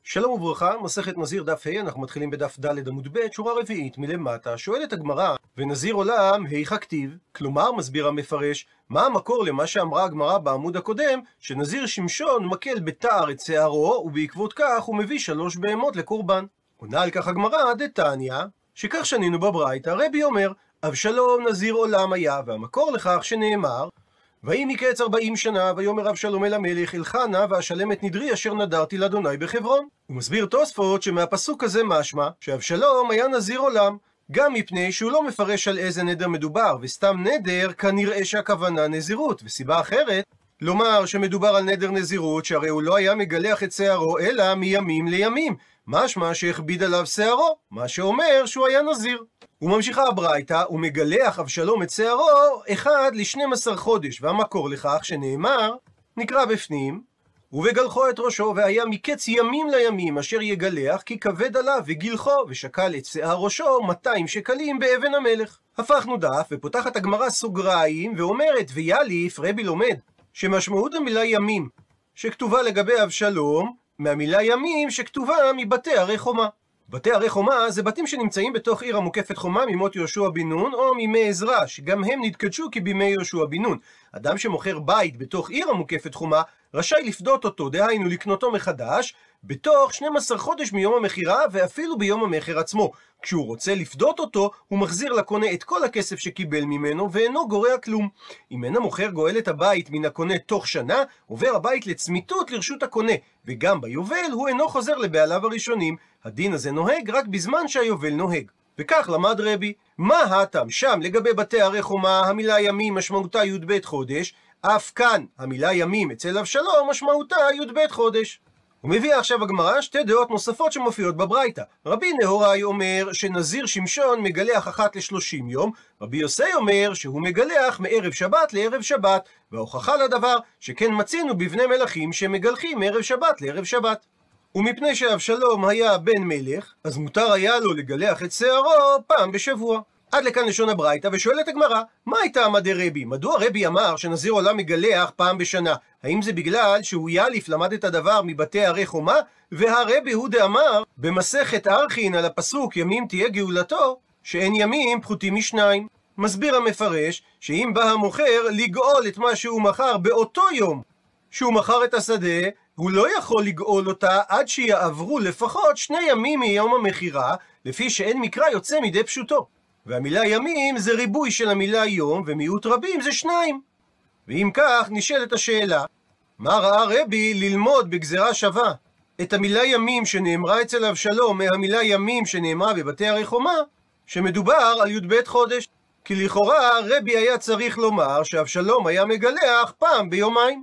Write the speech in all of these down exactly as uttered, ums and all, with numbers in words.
שלום וברכה, מסכת נזיר דף ה', אנחנו מתחילים בדף ד' עמוד ב', שורה רביעית מלמטה. שואלת הגמרא, ונזיר עולם היכא כתיב? כלומר, מסביר המפרש, מה המקור למה שאמרה הגמרא בעמוד הקודם, שנזיר שמשון מקל בתער את שערו, ובעקבות כך הוא מביא שלוש בהמות לקורבן. עונה על כך הגמרא, דתניא, שכך שנינו בברייתא, רבי אומר, אבשלום נזיר עולם היה, והמקור לכך שנאמר, ויהי מקץ ארבעים שנה, ויאמר אבשלום אל המלך, אלחנה ואשלם את נדרי אשר נדרתי לאדוני בחברון. הוא מסביר תוספות שמהפסוק הזה משמע שאבשלום היה נזיר עולם, גם מפני שהוא לא מפרש על איזה נדר מדובר, וסתם נדר כנראה שהכוונה נזירות, וסיבה אחרת לומר שמדובר על נדר נזירות, שהרי הוא לא היה מגלח את שערו אלא מימים לימים, משמע שהכביד עליו שערו, מה שאומר שהוא היה נזיר. וממשיכה הברייתא, ומגלח אבשלום את שערו אחד ל-שנים עשר חודש, והמקור לכך שנאמר, נקרא בפנים, ובגלחו את ראשו, והיה מקץ ימים לימים אשר יגלח, כי כבד עליו וגילחו, ושקל את שיער ראשו מאתיים שקלים באבן המלך. הפכנו דף, ופותחת הגמרא סוגריים, ואומרת, ויאליף רבי לומד, שמשמעות המילה ימים, שכתובה לגבי אבשלום, מהמילה ימים שכתובה מבתי ערי חומה. בתי ערי חומה זה בתים שנמצאים בתוך עיר המוקפת חומה ממות יהושע בן נון או מימי עזרא, שגם הם נתקדשו כבימי יהושע בן נון. אדם שמוכר בית בתוך עיר המוקפת חומה רשאי לפדות אותו, דהיינו לקנותו מחדש, בתוך שנים עשר חודש מיום המכירה ואפילו ביום המכר עצמו. כשהוא רוצה לפדות אותו, הוא מחזיר לקונה את כל הכסף שקיבל ממנו ואינו גורע כלום. אם אין המוכר גואל את הבית מן הקונה תוך שנה, עובר הבית לצמיתות לרשות הקונה, וגם ביובל הוא אינו חוזר לבעליו הראשונים. הדין הזה נוהג רק בזמן שהיובל נוהג. וכך למד רבי, מה הטעם שם לגבי בתי ערי חומה המילה ימים משמעותה י"ב חודש, אף כאן המילה ימים אצל אבשלום משמעותה י"ב חודש. הוא מביא עכשיו הגמרא שתי דעות נוספות שמופיעות בברייתא. רבי נהוראי אומר שנזיר שמשון מגלח אחת לשלושים יום, רבי יוסי אומר שהוא מגלח מערב שבת לערב שבת, וההוכחה לדבר שכן מצינו בבני מלכים שמגלחים מערב שבת לערב שבת. ומפני שאבשלום היה בן מלך, אז מותר היה לו לגלח את שערו פעם בשבוע. עד לכאן לשון הברייתא, ושואלת הגמרא, מה הייתה עמדי רבי? מדוע רבי אמר שנזיר עולם מגלח פעם בשנה? האם זה בגלל שהוא יאליף למד את הדבר מבתי ערי חומה? והרבי הוא דאמר במסכת ארכין על הפסוק ימים תהיה גאולתו, שאין ימים פחותים משניים. מסביר המפרש שאם בא המוכר לגאול את מה שהוא מכר באותו יום שהוא מכר את השדה, הוא לא יכול לגאול אותה עד שיעברו לפחות שני ימים מיום המכירה, לפי שאין מקרא יוצא מדי פשוטו. והמילה ימים זה ריבוי של המילה יום, ומיעוט רבים זה שניים. ואם כך נשאלת השאלה, מה ראה רבי ללמוד בגזרה שווה את המילה ימים שנאמרה אצל אבשלום מהמילה ימים שנאמרה בבתי ערי חומה, שמדובר על י"ב חודש? כי לכאורה רבי היה צריך לומר שאבשלום היה מגלח פעם ביומיים.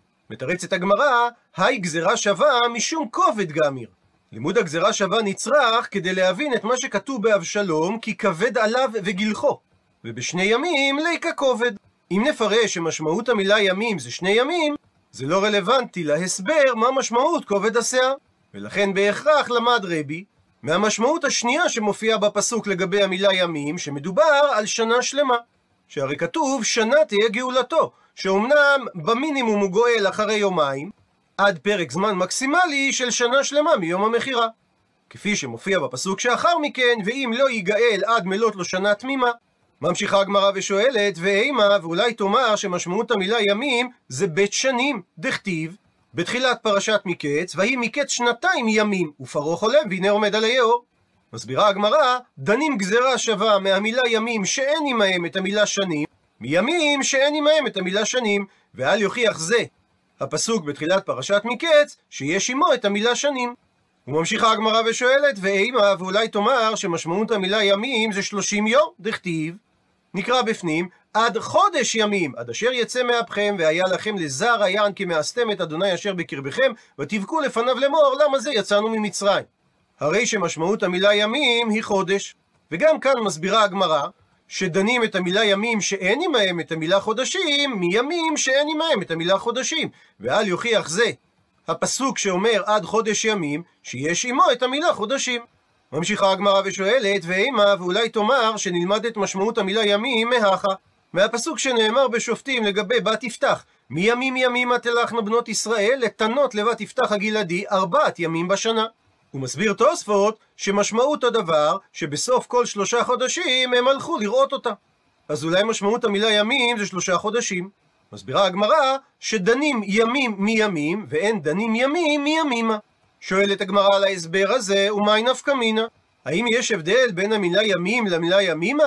מתרצת הגמרא, היי גזרה שווה משום כובד גמיר. לימוד הגזרה שווה נצרך כדי להבין את מה שכתוב באבשלום, כי כבד עליו וגילחו, ובשני ימים ליקה כובד. אם נפרש שמשמעות המילה ימים זה שני ימים, זה לא רלוונטי להסבר מה משמעות כובד השיער. ולכן בהכרח למד רבי מהמשמעות השנייה שמופיעה בפסוק לגבי המילה ימים, שמדובר על שנה שלמה, שהרי כתוב שנה תהיה גאולתו, שאומנם במינימום הוא גואל אחרי יומיים, עד פרק זמן מקסימלי של שנה שלמה מיום המכירה. כפי שמופיע בפסוק שאחר מכן, ואם לא ייגאל עד מלאת לו שנה תמימה. ממשיכה הגמרא ושואלת, ואימה, ואולי תאמר שמשמעות המילה ימים זה בית שנים, דכתיב, בתחילת פרשת מקץ, והיא מקץ שנתיים ימים, ופרעה חולם והנה עומד על היאור. מסבירה הגמרא, דנים גזרה שווה מהמילה ימים שאין עמהם את המילה שנים, מימים שאין עמהם את המילה שנים, ואל יוכיח זה הפסוק בתחילת פרשת מקץ שיש עמו את המילה שנים. וממשיכה הגמרא ושואלת, ואימה, ואולי תאמר שמשמעות המילה ימים זה שלושים יום, דכתיב, נקרא בפנים, עד חודש ימים, עד אשר יצא מאפכם, והיה לכם לזר היען כי מאסתם את אדוני אשר בקרבכם, ותבכו לפניו לאמור, למה זה יצאנו ממצרים? הרי שמשמעות המילה ימים היא חודש. וגם כאן מסבירה הגמרא שדנים את המילה ימים שאין עמהם את המילה חודשים, מימים שאין עמהם את המילה חודשים. ואל יוכיח זה הפסוק שאומר עד חודש ימים, שיש עמו את המילה חודשים. ממשיכה הגמרא ושואלת, ואימה, ואולי תאמר שנלמד את משמעות המילה ימים מהכה, מהפסוק שנאמר בשופטים לגבי בת יפתח, מימים ימימה תלכנה בנות ישראל לתנות לבת יפתח הגלעדי ארבעת ימים בשנה. הוא מסביר תוספות שמשמעות הדבר שבסוף כל שלושה חודשים הם הלכו לראות אותה. אז אולי משמעות המילה ימים זה שלושה חודשים. מסבירה הגמרא שדנים ימים מימים ואין דנים ימים מימימה. שואלת הגמרא על ההסבר הזה, ומאי נפקא מינה? האם יש הבדל בין המילה ימים למילה ימימה?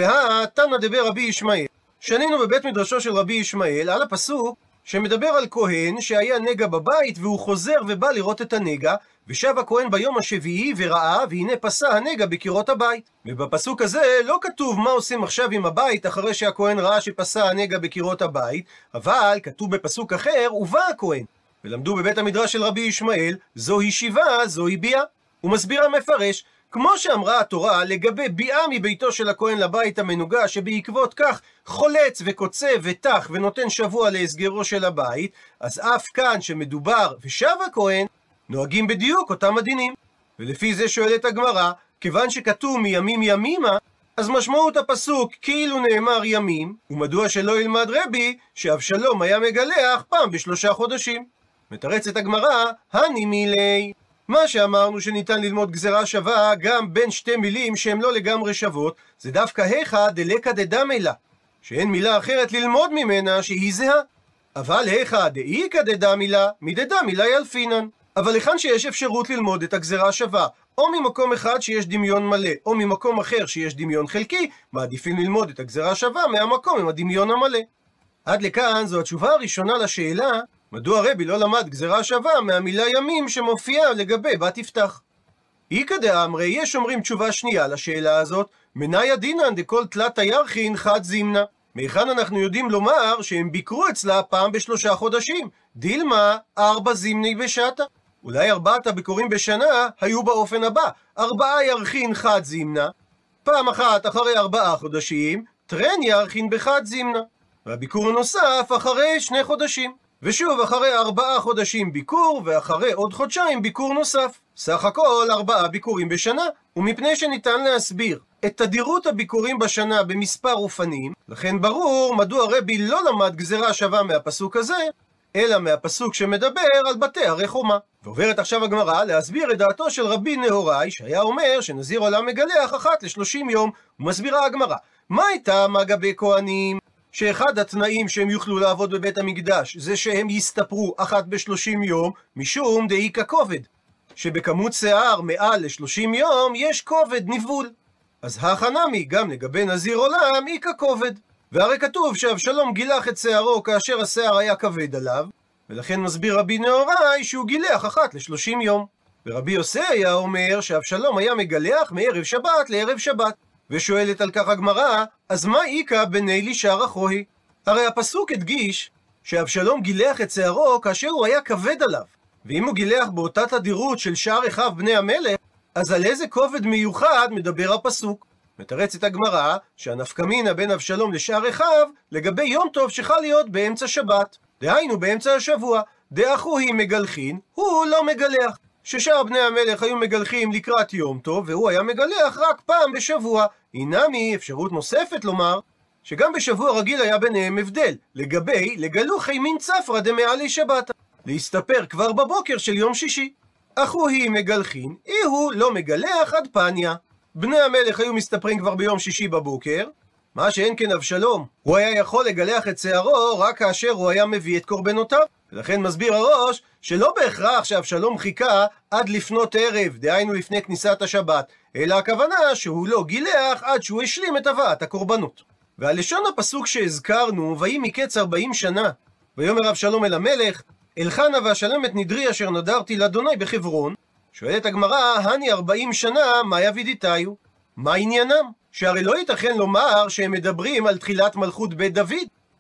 והתנא דבר רבי ישמעאל. שנינו בבית מדרשו של רבי ישמעאל על הפסוק שמדבר על כהן שהיה נגע בבית והוא חוזר ובא לראות את הנגע, ושב הכהן ביום השביעי וראה והנה פסה הנגע בקירות הבית. ובפסוק הזה לא כתוב מה עושים עכשיו עם הבית אחרי שהכהן ראה שפסה הנגע בקירות הבית, אבל כתוב בפסוק אחר ובא הכהן. ולמדו בבית המדרש של רבי ישמעאל זוהי שיבה זוהי ביאה. הוא מסביר המפרש כמו שאמרה התורה לגבי ביאה מביתו של הכהן לבית המנוגע שבעקבות כך חולץ וקוצב ותח ונותן שבוע להסגרו של הבית, אז אף כאן שמדובר ושב הכהן נוהגים בדיוק אותם הדינים. ולפי זה שואלת הגמרא, כיוון שכתוב מימים ימימה, אז משמעות הפסוק כאילו נאמר ימים, ומדוע שלא ילמד רבי שאבשלום היה מגלח פעם בשלושה חודשים? מתרצת הגמרא, הני מילי. מה שאמרנו שניתן ללמוד גזרה שווה גם בין שתי מילים שהן לא לגמרי שוות, זה דווקא היכא דלקא דדמי לה, שאין מילה אחרת ללמוד ממנה שהיא זהה. אבל היכא דאיכא דדמי לה, מדדמי לה ילפינן. אבל היכן שיש אפשרות ללמוד את הגזרה שווה, או ממקום אחד שיש דמיון מלא, או ממקום אחר שיש דמיון חלקי, מעדיפים ללמוד את הגזרה שווה מהמקום עם הדמיון המלא. עד לכאן זו התשובה הראשונה לשאלה, מדוע רבי לא למד גזרה שווה מהמילה ימים שמופיעה לגבי בת יפתח. איכא דאמרי, יש אומרים תשובה שנייה לשאלה הזאת, מניה דינן דכל תלת הירחין חד זימנה. מהיכן אנחנו יודעים לומר שהם ביקרו אצלה פעם בשלושה חודשים? דילמה ארבע זימני בשעתה. אולי ארבעת הביקורים בשנה היו באופן הבא, ארבעה ירחין חד זימנה, פעם אחת אחרי ארבעה חודשים, טרן ירחין בחד זימנה, והביקור הנוסף אחרי שני חודשים, ושוב אחרי ארבעה חודשים ביקור, ואחרי עוד חודשיים ביקור נוסף. סך הכל ארבעה ביקורים בשנה, ומפני שניתן להסביר את תדירות הביקורים בשנה במספר אופנים, לכן ברור מדוע רבי לא למד גזרה שווה מהפסוק הזה, אלא מהפסוק שמדבר על בתי הרי חומה. ועוברת עכשיו הגמרא להסביר את דעתו של רבי נהוראי, שהיה אומר שנזיר עולם מגלח אחת לשלושים יום. ומסבירה הגמרא, מה הייתה מה גבי כהנים? שאחד התנאים שהם יוכלו לעבוד בבית המקדש זה שהם יסתפרו אחת בשלושים יום, משום דאיכא כובד, שבכמות שיער מעל לשלושים יום יש כובד ניבול. אז החנמי גם לגבי נזיר עולם איכא כובד. והרי כתוב שאבשלום גילח את שערו כאשר השיער היה כבד עליו, ולכן מסביר רבי נהוראי שהוא גילח אחת לשלושים יום. ורבי יוסי היה אומר שאבשלום היה מגלח מערב שבת לערב שבת. ושואלת על כך הגמרא, אז מה איכא בני לישר אחוהי? הרי הפסוק הדגיש שאבשלום גילח את שערו כאשר הוא היה כבד עליו, ואם הוא גילח באותה תדירות של שאר אחיו בני המלך, אז על איזה כובד מיוחד מדבר הפסוק? מתרצת הגמרא שהנפקא מינה בין אבשלום לשאר אחיו לגבי יום טוב שחל להיות באמצע שבת, דהיינו באמצע השבוע, דאחוהי מגלחין, הוא לא מגלח. ששאר בני המלך היו מגלחים לקראת יום טוב, והוא היה מגלח רק פעם בשבוע. אינמי אפשרות נוספת לומר שגם בשבוע רגיל היה ביניהם הבדל, לגבי לגלוחי מן צפרא דמעלי שבת, להסתפר כבר בבוקר של יום שישי. אחוהי מגלחין, אי הוא לא מגלח עד פניה. בני המלך היו מסתפרים כבר ביום שישי בבוקר, מה שאין כן אבשלום, הוא היה יכול לגלח את שערו רק כאשר הוא היה מביא את קורבנותיו. ולכן מסביר הראש שלא בהכרח שאבשלום חיכה עד לפנות ערב, דהיינו לפני כניסת השבת, אלא הכוונה שהוא לא גילח עד שהוא השלים את הבאת הקורבנות. ועל לשון הפסוק שהזכרנו, ויהי מקץ ארבעים שנה, ויאמר אבשלום אל המלך, אלחנה ואשלם את נדרי אשר נדרתי לאדוני בחברון, שואלת הגמרא, הני ארבעים שנה, מה יבידיתיו? מה עניינם? שהרי לא ייתכן לומר שהם מדברים על תחילת מלכות בית דוד,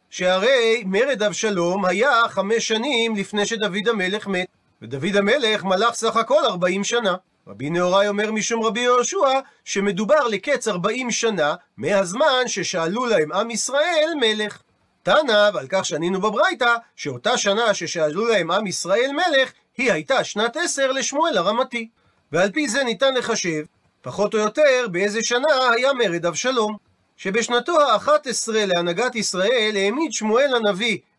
שהרי מרד אבשלום היה חמש שנים לפני שדוד המלך מת, ודוד המלך מלך סך הכל ארבעים שנה. רבי נהוראי אומר משום רבי יהושע שמדובר לקץ ארבעים שנה מהזמן ששאלו להם עם ישראל מלך. תנא, ועל כך שנינו בברייתא, שאותה שנה ששאלו להם עם ישראל מלך היא הייתה שנת עשר לשמואל הרמתי, ועל פי זה ניתן לחשב פחות או יותר באיזה שנה היה מרד אבשלום. שבשנתו ה-אחת עשרה להנהגת ישראל העמיד שמואל הנביא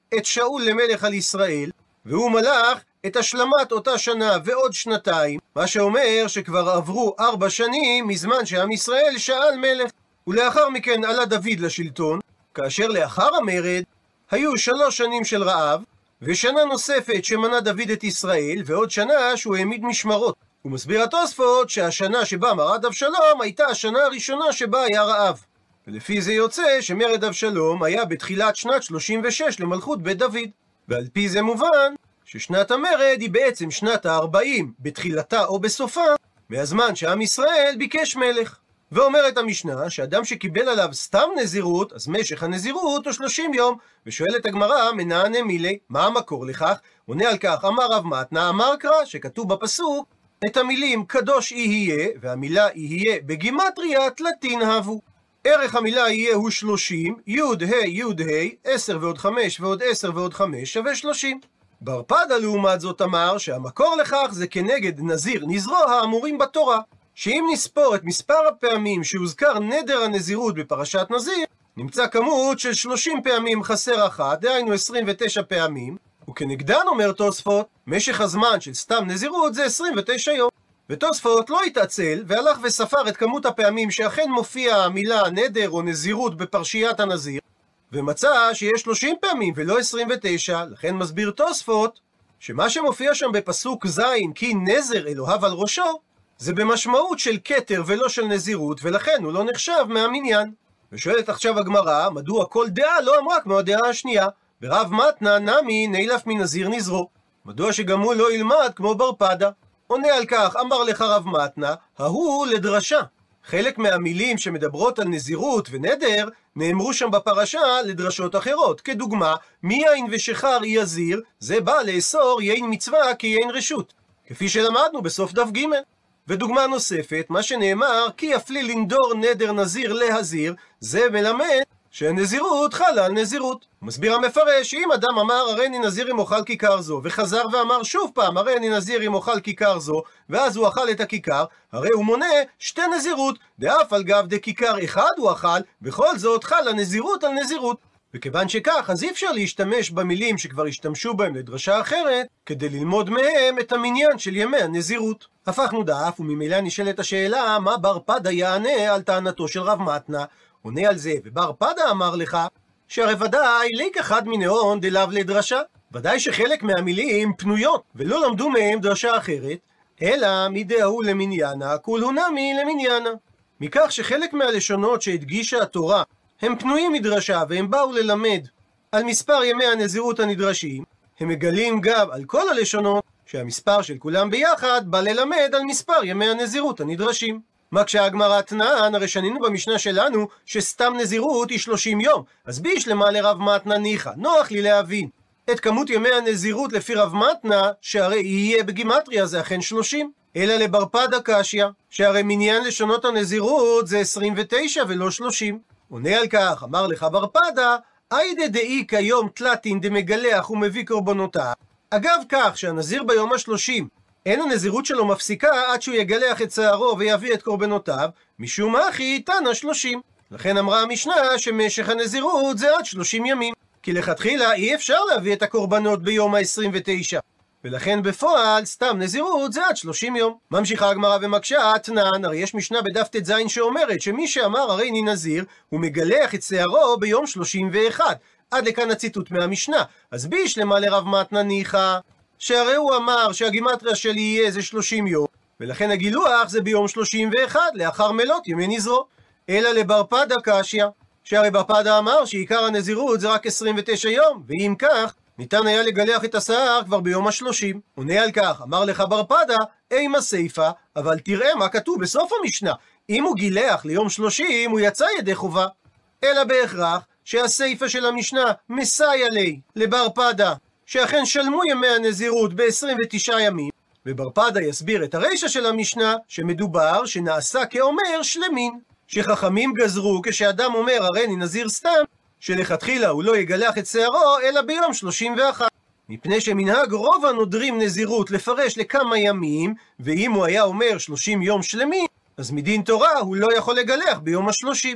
את שאול למלך על ישראל, והוא מלך את השלמת אותה שנה ועוד שנתיים, מה שאומר שכבר עברו ארבע שנים מזמן שעם ישראל שאל מלך. ולאחר מכן עלה דוד לשלטון, כאשר לאחר המרד היו שלוש שנים של רעב, ושנה נוספת שמנה דוד את ישראל, ועוד שנה שהוא העמיד משמרות. הוא מסביר התוספות שהשנה שבה מרד אבשלום הייתה השנה הראשונה שבה היה רעב. ולפי זה יוצא שמרד אבשלום היה בתחילת שנת שלושים ושש למלכות בית דוד. ועל פי זה מובן ששנת המרד היא בעצם שנת ה-ארבעים בתחילתה או בסופה, מהזמן שעם ישראל ביקש מלך. ואומרת המשנה שאדם שקיבל עליו סתם נזירות, אז משך הנזירות הוא שלושים יום. ושואלת הגמרא, מנענה מילי, מה המקור לכך? עונה על כך, אמר רב מתנה, אמר קרא, שכתוב בפסוק את המילים קדוש יהיה, והמילה יהיה בגימטריה תלתין הבו. ערך המילה יהיה הוא שלושים, יוד ה' יוד ה', עשר ועוד חמש ועוד עשר ועוד חמש שווה שלושים. בר פדה לעומת זאת אמר שהמקור לכך זה כנגד נזיר נזרו האמורים בתורה, שאם נספור את מספר הפעמים שהוזכר נדר הנזירות בפרשת נזיר, נמצא כמות של שלושים פעמים חסר אחת, דהיינו עשרים ותשע פעמים, וכנגדן אומר תוספות, משך הזמן של סתם נזירות זה עשרים ותשע יום. ותוספות לא התעצל, והלך וספר את כמות הפעמים שאכן מופיעה המילה נדר או נזירות בפרשיית הנזיר, ומצא שיש שלושים פעמים ולא עשרים ותשע, לכן מסביר תוספות, שמה שמופיע שם בפסוק זין, כי נזר אלוהיו על ראשו, זה במשמעות של כתר ולא של נזירות, ולכן הוא לא נחשב מהמניין. ושואלת עכשיו הגמרא, מדוע כל דעה לא אמרה כמו הדעה השנייה? ברב מתנה נמי נילף מנזיר נזרו, מדוע שגם הוא לא ילמד כמו בר פדה? עונה על כך, אמר לך רב מתנה, ההוא לדרשה. חלק מהמילים שמדברות על נזירות ונדר נאמרו שם בפרשה לדרשות אחרות, כדוגמה, מי יין ושחר יזיר, זה בא לאסור יין מצווה כיין רשות, כפי שלמדנו בסוף דף ג'. ודוגמה נוספת, מה שנאמר, כי יפלי לנדור נדר נזיר להזיר, זה מלמד שהנזירות חלה על נזירות. מסביר המפרש, שאם אדם אמר הרי אני נזיר אם אוכל כיכר זו, וחזר ואמר שוב פעם הרי אני נזיר אם אוכל כיכר זו, ואז הוא אכל את הכיכר, הרי הוא מונה שתי נזירות, דאף על גב דכיכר אחד הוא אכל, בכל זאת חלה נזירות על נזירות. וכיוון שכך, אז אי אפשר להשתמש במילים שכבר השתמשו בהם לדרשה אחרת, כדי ללמוד מהם את המניין של ימי הנזירות. הפכנו דף, וממילא נשאלת השאלה, מה בר פדה יענה על טענתו של רב מתנה? עונה על זה, ובר פדה אמר לך, שהרי ודאי ליק אחד מנאון דלאו לדרשה, ודאי שחלק מהמילים פנויות, ולא למדו מהם דרשה אחרת, אלא מדאהו למניינה, כולהו נמי למניינה. מכך שחלק מהלשונות שהדגישה התורה, הם פנויים מדרשה והם באו ללמד על מספר ימי הנזירות הנדרשים, הם מגלים גם על כל הלשונות שהמספר של כולם ביחד בא ללמד על מספר ימי הנזירות הנדרשים. מה כשהגמרא תנן, הרי שנינו במשנה שלנו שסתם נזירות היא שלושים יום, אז בישלמה לרב מתנה ניחא, נוח לי להבין את כמות ימי הנזירות לפי רב מתנה, שהרי יהיה בגימטריה זה אכן שלושים, אלא לבר פדה קשיא, שהרי מניין לשונות הנזירות זה עשרים ותשע ולא שלושים. עונה על כך, אמר לך בר פדה, איידה דאי כיום תלתין דמגלח ומביא קורבנותיו. אגב כך שהנזיר ביום השלושים אין הנזירות שלו מפסיקה עד שהוא יגלח את שערו ויביא את קורבנותיו, משום אחי תנא שלושים. לכן אמרה המשנה שמשך הנזירות זה עד שלושים ימים, כי לכתחילה אי אפשר להביא את הקורבנות ביום ה-עשרים ותשע, ולכן בפועל סתם נזירות זה עד שלושים יום. ממשיכה הגמרא ומקשה, תנן, הרי יש משנה בדף ט"ז שאומרת שמי שאמר הרי אני נזיר, הוא מגלח את שערו ביום שלושים ואחד. עד לכאן הציטוט מהמשנה. אז בישלמה לרב מתנה ניחא, שהרי הוא אמר שהגימטריה שלי יהיה זה שלושים יום, ולכן הגילוח זה ביום שלושים ואחד, לאחר מלות ימי נזרו. אלא לבר פדה קשיא, שהרי בר פדה אמר שעיקר הנזירות זה רק עשרים ותשע יום, ואם כך, ניתן היה לגלח את השיער כבר ביום השלושים. עונה על כך, אמר לך בר פדה, אימה סיפה, אבל תראה מה כתוב בסוף המשנה. אם הוא גילח ליום שלושים, הוא יצא ידי חובה. אלא בהכרח שהסיפה של המשנה מסייע לי לבר פדה, שאכן שלמו ימי הנזירות ב-עשרים ותשעה ימים, ובר פדה יסביר את הרישה של המשנה, שמדובר שנעשה כאומר שלמין, שחכמים גזרו כשאדם אומר הרי אני נזיר סתם, שלכתחילה הוא לא יגלח את שערו אלא ביום שלושים ואחד, מפני שמנהג רוב הנודרים נזירות לפרש לכמה ימים, ואם הוא היה אומר שלושים יום שלמים, אז מדין תורה הוא לא יכול לגלח ביום השלושים.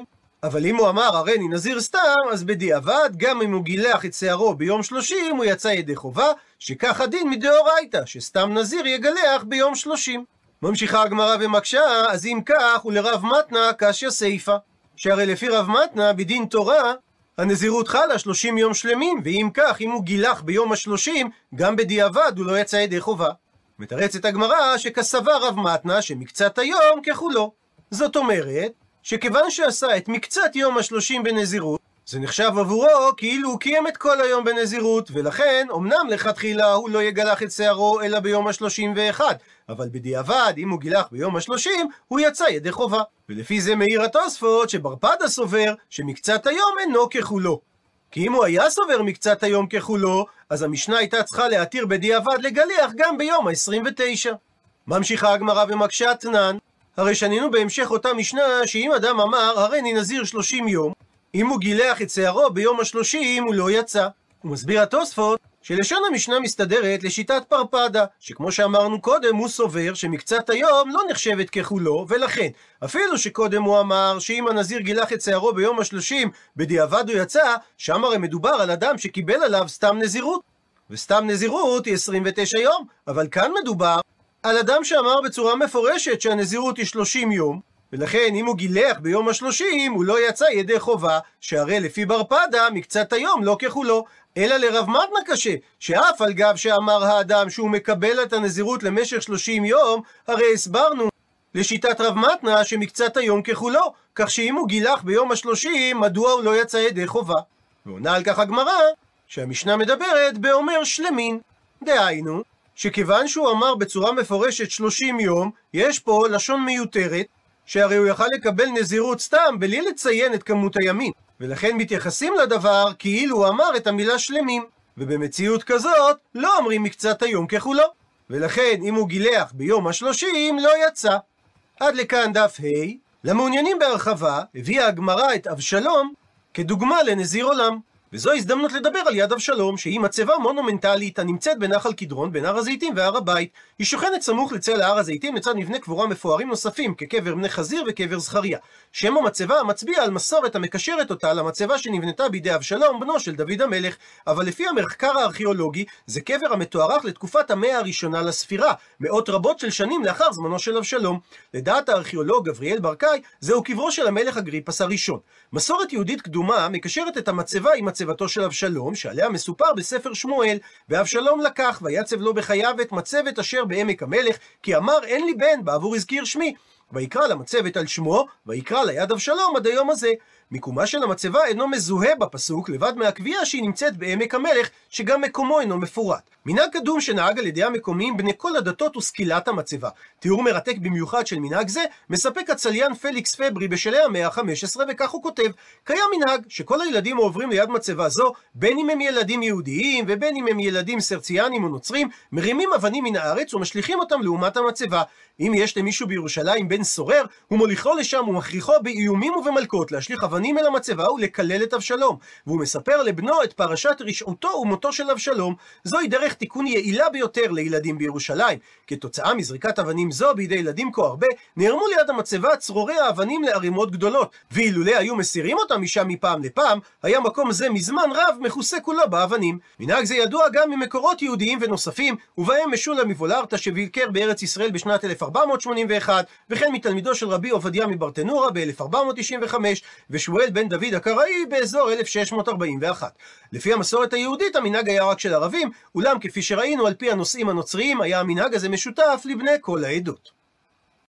אבל אם הוא אמר הריני נזיר סתם, אז בדיעבד, גם אם הוא גילח את שערו ביום שלושים, הוא יצא ידי חובה, שכך הדין מדאורייתא, שסתם נזיר יגלח ביום שלושים. ממשיכה הגמרא ומקשה, אז אם כך, ולרב מתנה קשיא סיפא, שהרי לפי רב מתנה בדין תורה, הנזירות חלה שלושים יום שלמים, ואם כך, אם הוא גילח ביום השלושים, גם בדיעבד הוא לא יצא ידי חובה. מתרצת הגמרא שכסבר רב מתנה שמקצת היום ככולו. זאת אומרת, שכיוון שעשה את מקצת יום השלושים בנזירות, זה נחשב עבורו כאילו הוא קיים את כל היום בנזירות, ולכן אמנם לכתחילה הוא לא יגלח את שערו אלא ביום השלושים ואחד, אבל בדיעבד אם הוא גילח ביום השלושים הוא יצא ידי חובה. ולפי זה מעיר התוספות שברפדה סובר שמקצת היום אינו ככולו, כי אם הוא היה סובר מקצת היום ככולו, אז המשנה הייתה צריכה להתיר בדיעבד לגלח גם ביום ה-עשרים ותשע. ממשיכה הגמרא ומקשה תנן, הרי שנינו בהמשך אותה משנה שאם אדם אמר הריני נזיר שלושים יום, אם הוא גילח את שערו ביום השלושים הוא לא יצא. הוא מסביר התוספות שלשון המשנה מסתדרת לשיטת פרפדה, שכמו שאמרנו קודם הוא סובר שמקצת היום לא נחשבת ככולו, ולכן אפילו שקודם הוא אמר שאם הנזיר גילח את שערו ביום השלושים בדיעבד הוא יצא, שם הרי מדובר על אדם שקיבל עליו סתם נזירות, וסתם נזירות היא עשרים ותשע יום, אבל כאן מדובר על אדם שאמר בצורה מפורשת שהנזירות היא שלושים יום, ולכן אם הוא גילח ביום השלושים הוא לא יצא ידי חובה, שהרי לפי ברפדה מקצת היום לא ככולו. אלא לרב מתנה קשה, שאף על גב שאמר האדם שהוא מקבל את הנזירות למשך שלושים יום, הרי הסברנו לשיטת רב מתנה שמקצת היום ככולו, כך שאם הוא גילח ביום השלושים מדוע הוא לא יצא ידי חובה. ועונה על כך הגמרא שהמשנה מדברת באומר שלמין, דהיינו שכיוון שהוא אמר בצורה מפורשת שלושים יום, יש פה לשון מיותרת, שהרי הוא יכל לקבל נזירות סתם בלי לציין את כמות הימים, ולכן מתייחסים לדבר כאילו הוא אמר את המילה שלמים, ובמציאות כזאת לא אומרים מקצת היום ככולו, ולכן אם הוא גילח ביום השלושים לא יצא. עד לכאן דף ה'. למעוניינים בהרחבה הביאה הגמרא את אבשלום כדוגמה לנזיר עולם, וזו הזדמנות לדבר על יד אבשלום, שהיא מצבה מונומנטלית הנמצאת בנחל קדרון בין הר הזיתים והר הבית. היא שוכנת סמוך לצל הר הזיתים לצד מבני קבורה מפוארים נוספים כקבר בני חזיר וקבר זכריה. שם המצבה מצביע על מסורת המקשרת אותה למצבה שנבנתה בידי אבשלום בנו של דוד המלך, אבל לפי המחקר הארכיאולוגי זה קבר המתוארך לתקופת המאה הראשונה לספירה, מאות רבות של שנים לאחר זמנו של אבשלום. לדעת הארכיאולוג גבריאל ברקאי זהו קברו של המלך אגריפס הראשון. מסורת יהודית קדומה מקשרת את המצבה עם מצבתו של אבשלום, שעליה מסופר בספר שמואל, ואבשלום לקח ויצב לו בחייו את מצבת אשר בעמק המלך, כי אמר אין לי בן בעבור הזכיר שמי, ויקרא למצבת על שמו, ויקרא ליד אבשלום עד היום הזה. מיקומה של המצבה אינו מזוהה בפסוק, לבד מהקביעה שהיא נמצאת בעמק המלך, שגם מקומו אינו מפורט. מנהג קדום שנהג על ידי המקומיים בני כל הדתות וסקילת המצבה. תיאור מרתק במיוחד של מנהג זה מספק הצליין פליקס פברי בשלהי המאה ה-חמש עשרה, וכך הוא כותב: קיים מנהג שכל הילדים העוברים ליד מצבה זו, בין אם הם ילדים יהודיים ובין אם הם ילדים סרציאנים או נוצרים, מרימים אבנים מן הארץ ומשליכים אותם לעומת המצבה. אם יש למישהו בירושלים בן סורר, הוא מוליכו לשם ומכריחו באיומים ובמלכות להשליך אבנים אל המצבה ולקלל את אבשלום, והוא מספר לבנו את פרשת רשעותו ומותו של אבשלום. זוהי דרך תיקון יעילה ביותר לילדים בירושלים. כתוצאה מזריקת אבנים זו בידי ילדים כה הרבה, נערמו ליד המצבה צרורי האבנים לערימות גדולות, ואילולא היו מסירים אותם משם מפעם לפעם, היה מקום זה מזמן רב מכוסה כולו באבנים. מנהג זה ידוע גם ממקורות יהודיים ונוספים, ובהם משולם מוולרתא שביקר בארץ ישראל בשנת אלף ארבע מאות שמונים ואחת, וכן מתלמידו של רבי עובדיה מברטנורה ב-אלף ארבע מאות תשעים וחמש, ושמואל בן דוד הקראי באזור אלף שש מאות ארבעים ואחת. לפי המסורת היהודית המנהג היה רק של ערבים, אולם כפי שראינו על פי הנושאים הנוצריים היה המנהג הזה משותף לבני כל העדות.